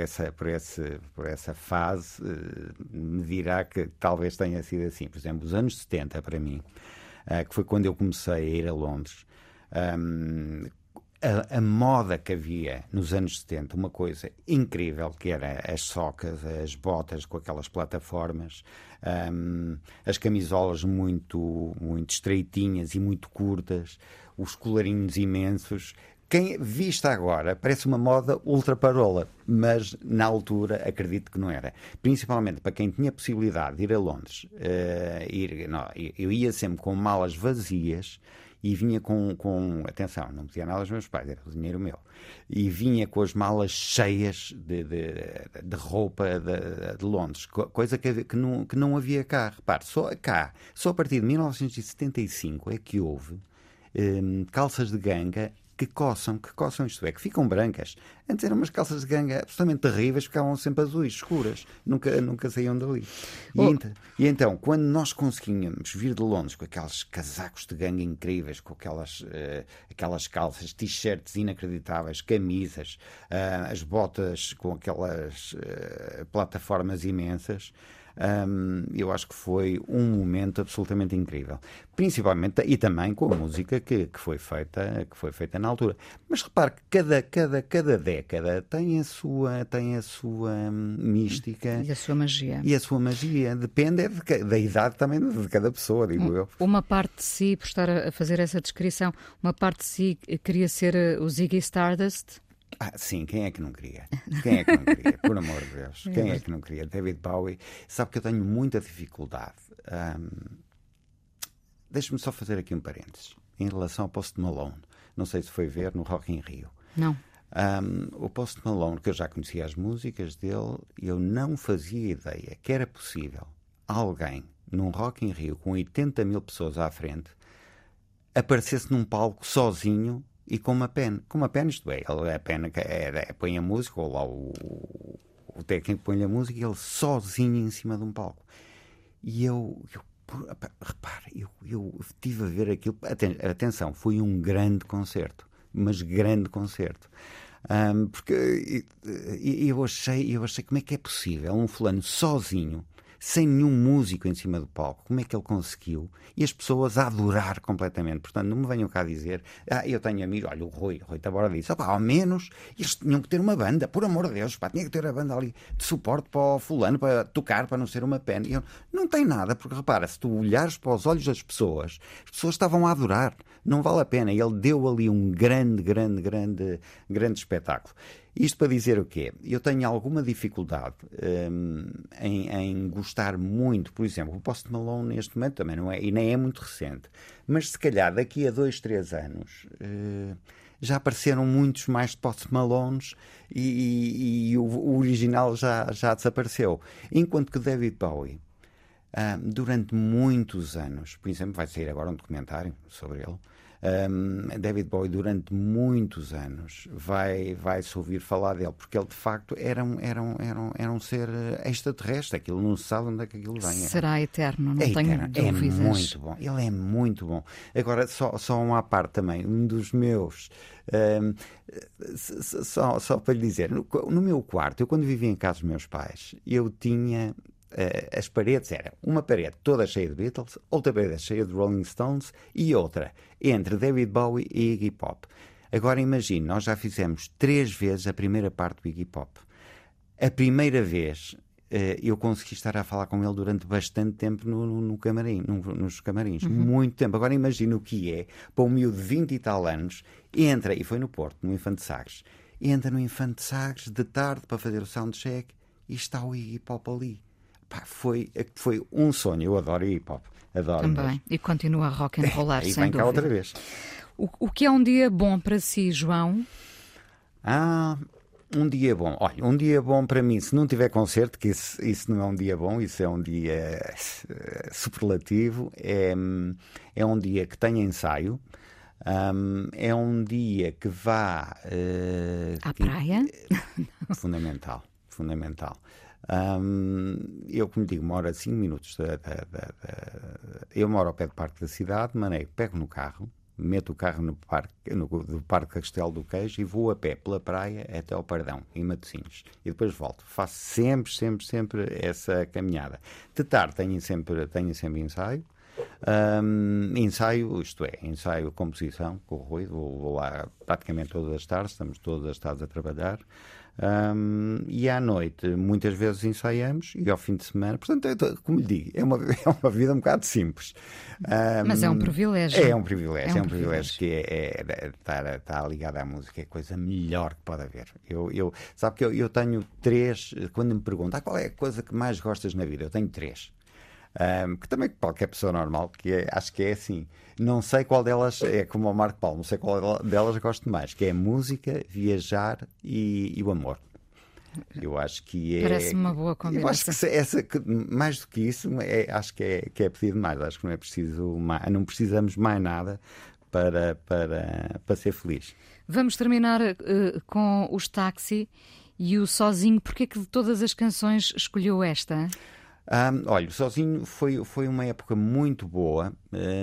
essa fase, me dirá que talvez tenha sido assim. Por exemplo, os anos 70 para mim, que foi quando eu comecei a ir a Londres, a moda que havia nos anos 70, uma coisa incrível, que era as socas, as botas com aquelas plataformas, as camisolas muito, muito estreitinhas e muito curtas, os colarinhos imensos. Quem vista agora parece uma moda ultra parola, mas na altura acredito que não era. Principalmente para quem tinha possibilidade de ir a Londres. Eu ia sempre com malas vazias e vinha com atenção, não pedia nada aos meus pais, era o dinheiro meu. E vinha com as malas cheias de roupa de Londres, coisa que não havia cá. Repare, só a partir de 1975 é que houve calças de ganga que coçam, isto é, que ficam brancas. Antes eram umas calças de ganga absolutamente terríveis, ficavam sempre azuis, escuras, nunca saíam dali. E então, quando nós conseguíamos vir de Londres com aqueles casacos de ganga incríveis, com aquelas calças, t-shirts inacreditáveis, camisas, as botas com aquelas plataformas imensas, eu acho que foi um momento absolutamente incrível, principalmente e também com a música que foi feita na altura. Mas repare que cada década tem a sua mística e a sua magia. Depende da idade também de cada pessoa, digo eu. Uma parte de si, por estar a fazer essa descrição, uma parte de si queria ser o Ziggy Stardust? Sim, quem é que não queria? Quem é que não queria? Por amor de Deus, quem é que não queria? David Bowie. Sabe que eu tenho muita dificuldade. Deixe-me só fazer aqui um parênteses em relação ao Post Malone. Não sei se foi ver no Rock in Rio. Não. O Post Malone, que eu já conhecia as músicas dele, eu não fazia ideia que era possível alguém num Rock in Rio com 80 mil pessoas à frente aparecesse num palco sozinho e com uma pen, isto é, a pen põe a música, ou lá o técnico põe a música e ele sozinho em cima de um palco. E repare, eu estive a ver aquilo. Atenção, foi um grande concerto, mas grande concerto. Porque eu achei como é que é possível um fulano sozinho, sem nenhum músico em cima do palco, como é que ele conseguiu? E as pessoas a adorar completamente. Portanto, não me venham cá dizer, eu tenho amigo, olha, o Rui Taborda disse, ao menos eles tinham que ter uma banda, por amor de Deus, tinha que ter a banda ali de suporte para o fulano, para tocar, para não ser uma pena. Não tem nada, porque repara, se tu olhares para os olhos das pessoas, as pessoas estavam a adorar, não vale a pena. E ele deu ali um grande espetáculo. Isto para dizer o quê? Eu tenho alguma dificuldade em gostar muito, por exemplo, o Post Malone neste momento também não é, e nem é muito recente, mas se calhar daqui a 2-3 anos já apareceram muitos mais Post Malones e o original já desapareceu. Enquanto que David Bowie, durante muitos anos, por exemplo, vai sair agora um documentário sobre ele. David Bowie durante muitos anos vai-se ouvir falar dele, porque ele de facto era um ser extraterrestre. Aquilo não se sabe onde é que aquilo vem. Será eterno, não tenho dúvidas. É muito bom, ele é muito bom. Agora, só uma parte também, um dos meus, só para lhe dizer, no meu quarto, eu quando vivia em casa dos meus pais, eu tinha as paredes, era uma parede toda cheia de Beatles, outra parede cheia de Rolling Stones e outra entre David Bowie e Iggy Pop. Agora imagine, nós já fizemos 3 vezes a primeira parte do Iggy Pop. A primeira vez eu consegui estar a falar com ele durante bastante tempo no camarim, nos camarins, muito tempo. Agora imagine o que é para um miúdo de 20 e tal anos, entra, e foi no Porto, no Infante Sagres, entra no Infante Sagres de tarde para fazer o soundcheck e está o Iggy Pop ali. Foi um sonho. Eu adoro hip hop, adoro também mesmo. E continua a rock and rollar sem dúvida. E vem cá outra vez. O que é um dia bom para si, João? Um dia bom. Olha, um dia bom para mim, se não tiver concerto, que isso não é um dia bom, isso é um dia superlativo, é um dia que tenha ensaio, é um dia que vá à praia. Fundamental. Eu, como digo, moro a 5 minutos eu moro ao pé do Parque da Cidade, pego no carro, meto o carro no Parque Castelo do Queijo e vou a pé pela praia até ao Pardão, em Matosinhos, e depois volto. Faço sempre essa caminhada. De tarde tenho sempre ensaio, Ensaio, isto é, ensaio composição com o Rui, vou lá praticamente todas as tardes, estamos todas as tardes a trabalhar. E à noite muitas vezes ensaiamos e ao fim de semana, portanto, como lhe digo, é uma vida um bocado simples. Mas é um privilégio. É um privilégio que estar ligado à música, é a coisa melhor que pode haver. Sabe que eu tenho 3, quando me perguntam qual é a coisa que mais gostas na vida, eu tenho 3. Que também qualquer pessoa normal, acho que é assim. Não sei qual delas é como o Marco Paulo, não sei qual delas gosto mais, que é a música, viajar e o amor. Eu acho que é. Parece-me uma boa combinação. Eu acho que mais do que isso, acho que é pedido mais. Acho que não é preciso mais, não precisamos mais nada para ser feliz. Vamos terminar com os Táxi e o Sozinho. Porquê que de todas as canções escolheu esta? Olha, o Sozinho foi uma época muito boa,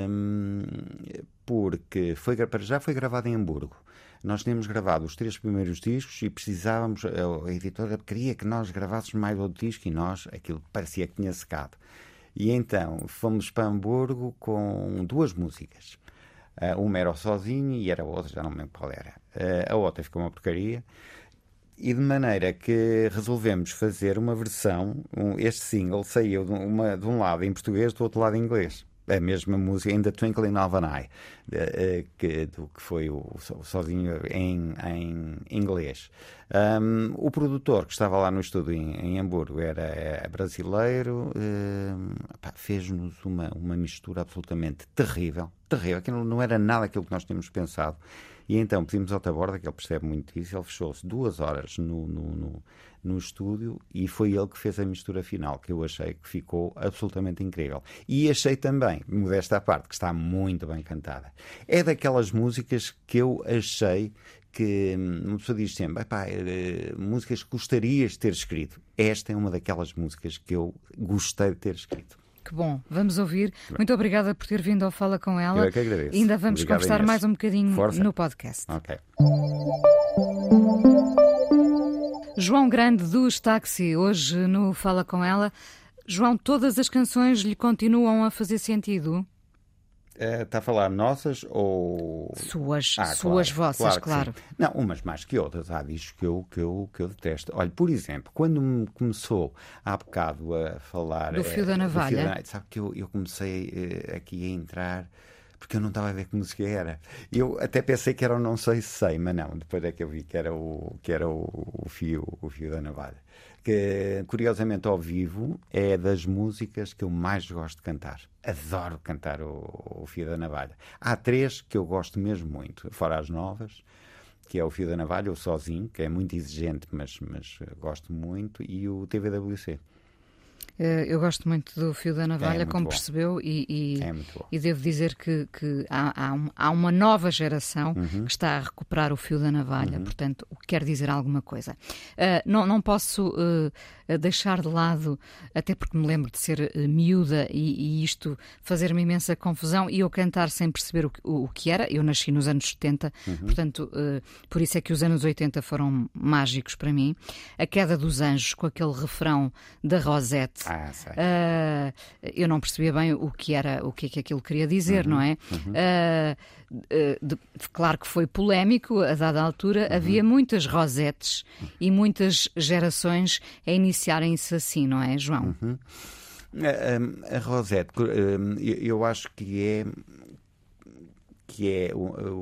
porque já foi gravado em Hamburgo. Nós tínhamos gravado os 3 primeiros discos e precisávamos, a editora queria que nós gravássemos mais outro disco e aquilo parecia que tinha secado. E então fomos para Hamburgo com 2 músicas. Uma era o Sozinho e era a outra, já não me lembro qual era. A outra ficou uma porcaria. E de maneira que resolvemos fazer uma versão, este single saiu de um lado em português, do outro lado em inglês. A mesma música, In the Twinkling of an Eye, que foi o Sozinho em inglês. O produtor que estava lá no estúdio em Hamburgo era brasileiro, fez-nos uma mistura absolutamente terrível, aquilo não era nada aquilo que nós tínhamos pensado. E então pedimos ao Taborda, que ele percebe muito disso, ele fechou-se 2 horas no estúdio e foi ele que fez a mistura final, que eu achei que ficou absolutamente incrível. E achei também, modesta à parte, que está muito bem cantada. É daquelas músicas que eu achei que uma pessoa diz sempre, músicas que gostarias de ter escrito. Esta é uma daquelas músicas que eu gostei de ter escrito. Que bom, vamos ouvir. Muito obrigada por ter vindo ao Fala Com Ela. Eu é que agradeço. Ainda vamos conversar mais um bocadinho no podcast. Ok. João Grande dos Táxi, hoje no Fala Com Ela. João, todas as canções lhe continuam a fazer sentido? Está a falar nossas ou... Suas claro, vossas, claro. Não, umas mais que outras. Há discos que eu detesto. Olha, por exemplo, quando me começou há bocado a falar... Do Fio da Navalha. Sabe que eu comecei aqui a entrar... porque eu não estava a ver que música era. Eu até pensei que era o Não Sei Se Sei, mas não, depois é que eu vi que era o Fio da Navalha. Que, curiosamente, ao vivo, é das músicas que eu mais gosto de cantar. Adoro cantar o Fio da Navalha. Há 3 que eu gosto mesmo muito, fora as novas, que é o Fio da Navalha, o Sozinho, que é muito exigente, mas gosto muito, e o TVWC. Eu gosto muito do Fio da Navalha, como bom. Percebeu, e devo dizer que há uma nova geração que está a recuperar o Fio da Navalha, portanto, o que quer dizer alguma coisa. Não posso deixar de lado, até porque me lembro de ser miúda e isto fazer-me imensa confusão e eu cantar sem perceber o que era. Eu nasci nos anos 70, portanto, por isso é que os anos 80 foram mágicos para mim. A Queda dos Anjos, com aquele refrão da Rosette. Eu não percebia bem o que é que aquilo queria dizer, não é? Claro que foi polémico, a dada altura havia muitas Rosettes e muitas gerações a iniciarem-se assim, não é, João? A Rosette, eu acho que é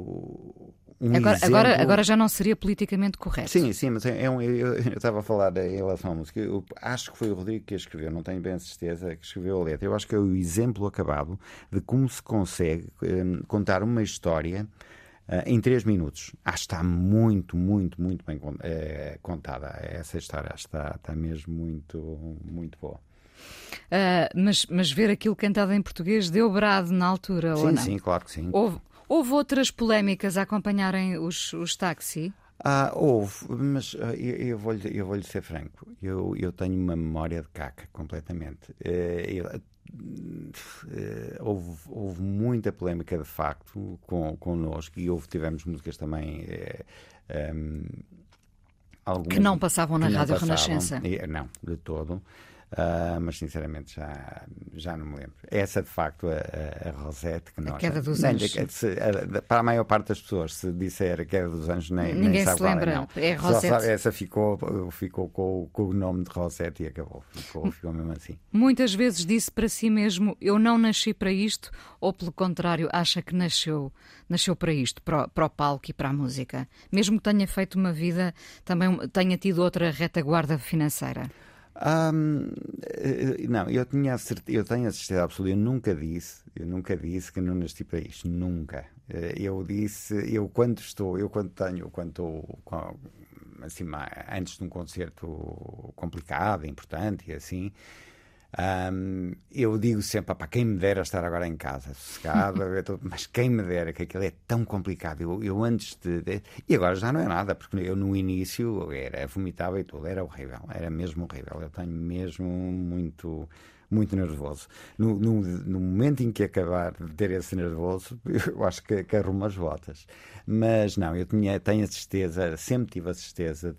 agora já não seria politicamente correto. Sim, mas eu estava a falar em relação à música. Eu acho que foi o Rodrigo que a escreveu, não tenho bem a certeza, que escreveu a letra. Eu acho que é o exemplo acabado de como se consegue contar uma história em 3 minutos. Acho que está muito, muito, muito bem contada essa história. Acho que está mesmo muito, muito boa. Mas ver aquilo cantado em português deu brado na altura, ou não? Sim, claro que sim. Houve outras polémicas a acompanharem os Táxi? Houve, mas eu vou-lhe ser franco. Eu tenho uma memória de caca, completamente. Houve muita polémica, de facto, connosco, e tivemos músicas também... que não passavam na Rádio Renascença. Não, de todo. Mas sinceramente já não me lembro. Essa de facto a Rosette que nós... A Queda dos Anjos. Para a maior parte das pessoas, se disser a Queda dos Anjos, ninguém nem sabe se lembra. Não. É Rosette. Essa ficou com o nome de Rosette e acabou. Ficou mesmo assim. Muitas vezes disse para si mesmo: eu não nasci para isto, ou pelo contrário, acha que nasceu para isto, para o palco e para a música, mesmo que tenha feito uma vida, também tenha tido outra retaguarda financeira? Não, eu tenho a certeza absoluta. Eu nunca disse que não nasci para isto, nunca. Eu quando estou assim, antes de um concerto complicado, importante e assim, eu digo sempre, quem me dera estar agora em casa, sossegado, mas quem me dera, que aquilo é tão complicado. Eu antes e agora já não é nada, porque eu no início vomitava e tudo, era horrível, era mesmo horrível. Eu tenho mesmo muito nervoso. No momento em que acabar de ter esse nervoso, eu acho que arrumo as botas. Mas não, tenho a certeza, sempre tive a certeza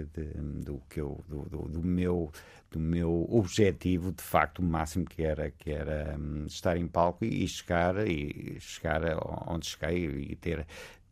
do meu objetivo, de facto, o máximo que era estar em palco e chegar onde cheguei e ter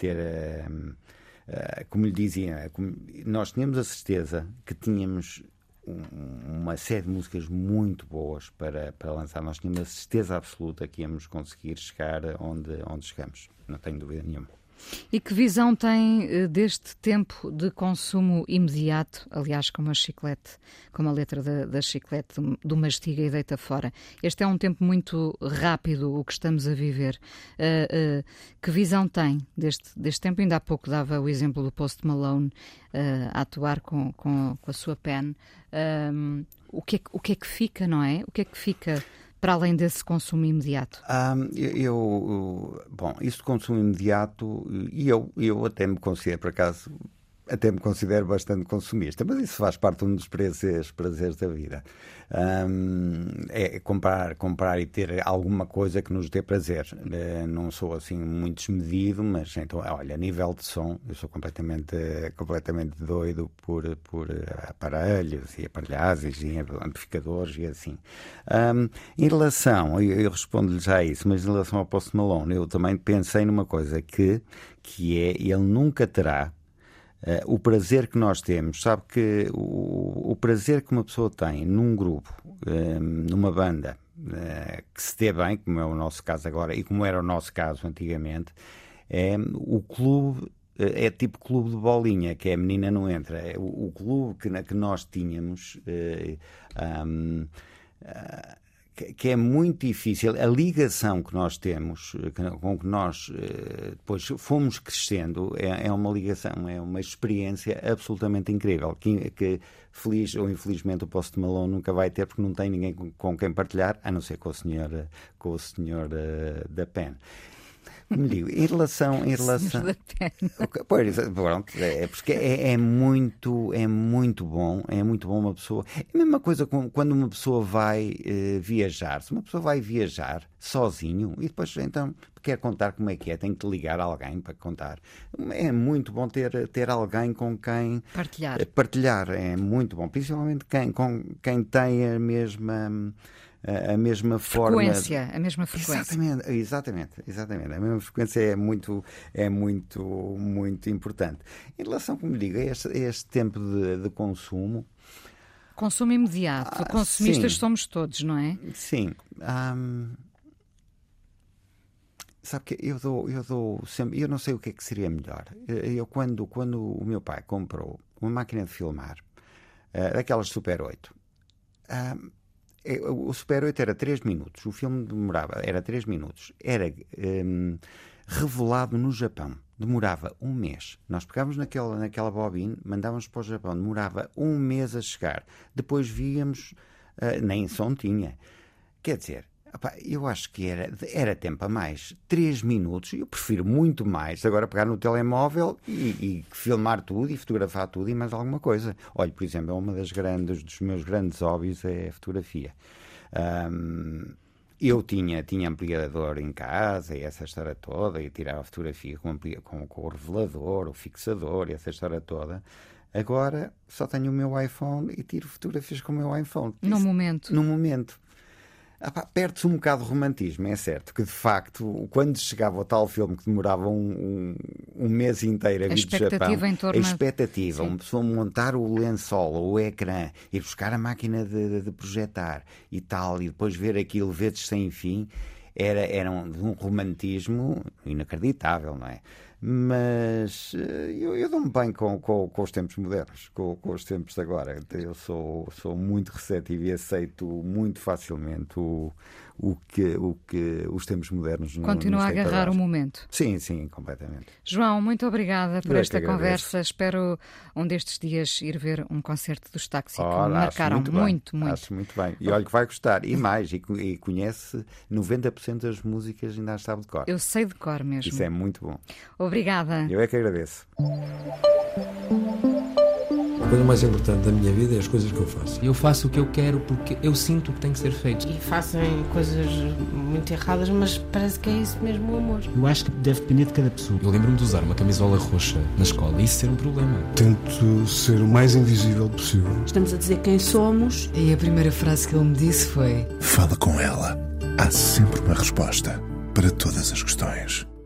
como lhe dizia, nós tínhamos a certeza que tínhamos uma série de músicas muito boas para lançar. Nós tínhamos a certeza absoluta que íamos conseguir chegar onde chegamos. Não tenho dúvida nenhuma. E que visão tem deste tempo de consumo imediato, aliás, como a letra da Chiclete, do mastiga e deita fora? Este é um tempo muito rápido, o que estamos a viver. Que visão tem deste tempo? Ainda há pouco dava o exemplo do Post Malone a atuar com a sua pen. O que é que fica, não é? O que é que fica para além desse consumo imediato? Bom, isso de consumo imediato, e eu até me considero, por acaso, bastante consumista, mas isso faz parte de um dos prazeres da vida. É comprar e ter alguma coisa que nos dê prazer. Não sou assim muito desmedido, mas então, olha, a nível de som, eu sou completamente doido por aparelhos e aparelhagens e amplificadores e assim. Em relação, eu respondo-lhe já a isso, mas em relação ao Post Malone, eu também pensei numa coisa que é, ele nunca terá o prazer que nós temos. Sabe que o prazer que uma pessoa tem num grupo, numa banda, que se dê bem, como é o nosso caso agora e como era o nosso caso antigamente, o clube é tipo clube de bolinha, que a menina não entra. O clube que nós tínhamos, que é muito difícil, a ligação que nós temos, com que nós depois fomos crescendo, é uma ligação, é uma experiência absolutamente incrível, que feliz ou infelizmente o Post Malone nunca vai ter, porque não tem ninguém com quem partilhar, a não ser com o senhor da PEN. Como digo, em relação pois, pronto, porque é muito bom uma pessoa. É a mesma coisa quando uma pessoa vai viajar. Se uma pessoa vai viajar sozinho e depois então quer contar como é que é, tem que ligar a alguém para contar. É muito bom ter alguém com quem partilhar. É muito bom, principalmente com quem tem a mesma forma. A mesma frequência. Exatamente. A mesma frequência é muito importante. Em relação, como digo, a este tempo de consumo. Consumo imediato. Consumistas somos todos, não é? Sim. Sabe que eu dou sempre. Eu não sei o que é que seria melhor. Quando o meu pai comprou uma máquina de filmar, daquelas Super 8. O Super 8 era 3 minutos, o filme era 3 minutos, era revelado no Japão, demorava um mês. Nós pegávamos naquela bobine, mandávamos para o Japão, demorava um mês a chegar. Depois víamos, nem som tinha. Quer dizer, eu acho que era tempo a mais. 3 minutos, eu prefiro muito mais agora pegar no telemóvel e filmar tudo e fotografar tudo e mais alguma coisa. Olha, por exemplo, uma dos meus grandes hobbies é a fotografia. Eu tinha ampliador em casa e essa história toda, e tirava fotografia com o revelador, o fixador e essa história toda. Agora só tenho o meu iPhone e tiro fotografias com o meu iPhone. No momento. No momento. Perde-se um bocado de romantismo, é certo, que de facto, quando chegava o tal filme que demorava um mês inteiro a vir do Japão, em torno a expectativa, uma pessoa montar o lençol ou o ecrã e buscar a máquina de projetar e tal, e depois ver aquilo vezes sem fim, era um romantismo inacreditável, não é? Mas eu dou-me bem com os tempos modernos, com os tempos de agora. Eu sou muito receptivo e aceito muito facilmente o que os tempos modernos nos Continua a agarrar o momento. Sim, completamente. João, muito obrigada por esta conversa. Espero um destes dias ir ver um concerto dos Táxi, que me marcaram muito. Acho muito bem. E olha que vai gostar. E mais, e conhece 90% das músicas, ainda as sabe de cor. Eu sei de cor mesmo. Isso é muito bom. Obrigada. Eu é que agradeço. A coisa mais importante da minha vida é as coisas que eu faço. Eu faço o que eu quero porque eu sinto que tem que ser feito. E fazem coisas muito erradas, mas parece que é isso mesmo o amor. Eu acho que deve depender de cada pessoa. Eu lembro-me de usar uma camisola roxa na escola e isso ser um problema. Tento ser o mais invisível possível. Estamos a dizer quem somos. E a primeira frase que ele me disse foi: Fala com ela. Há sempre uma resposta para todas as questões.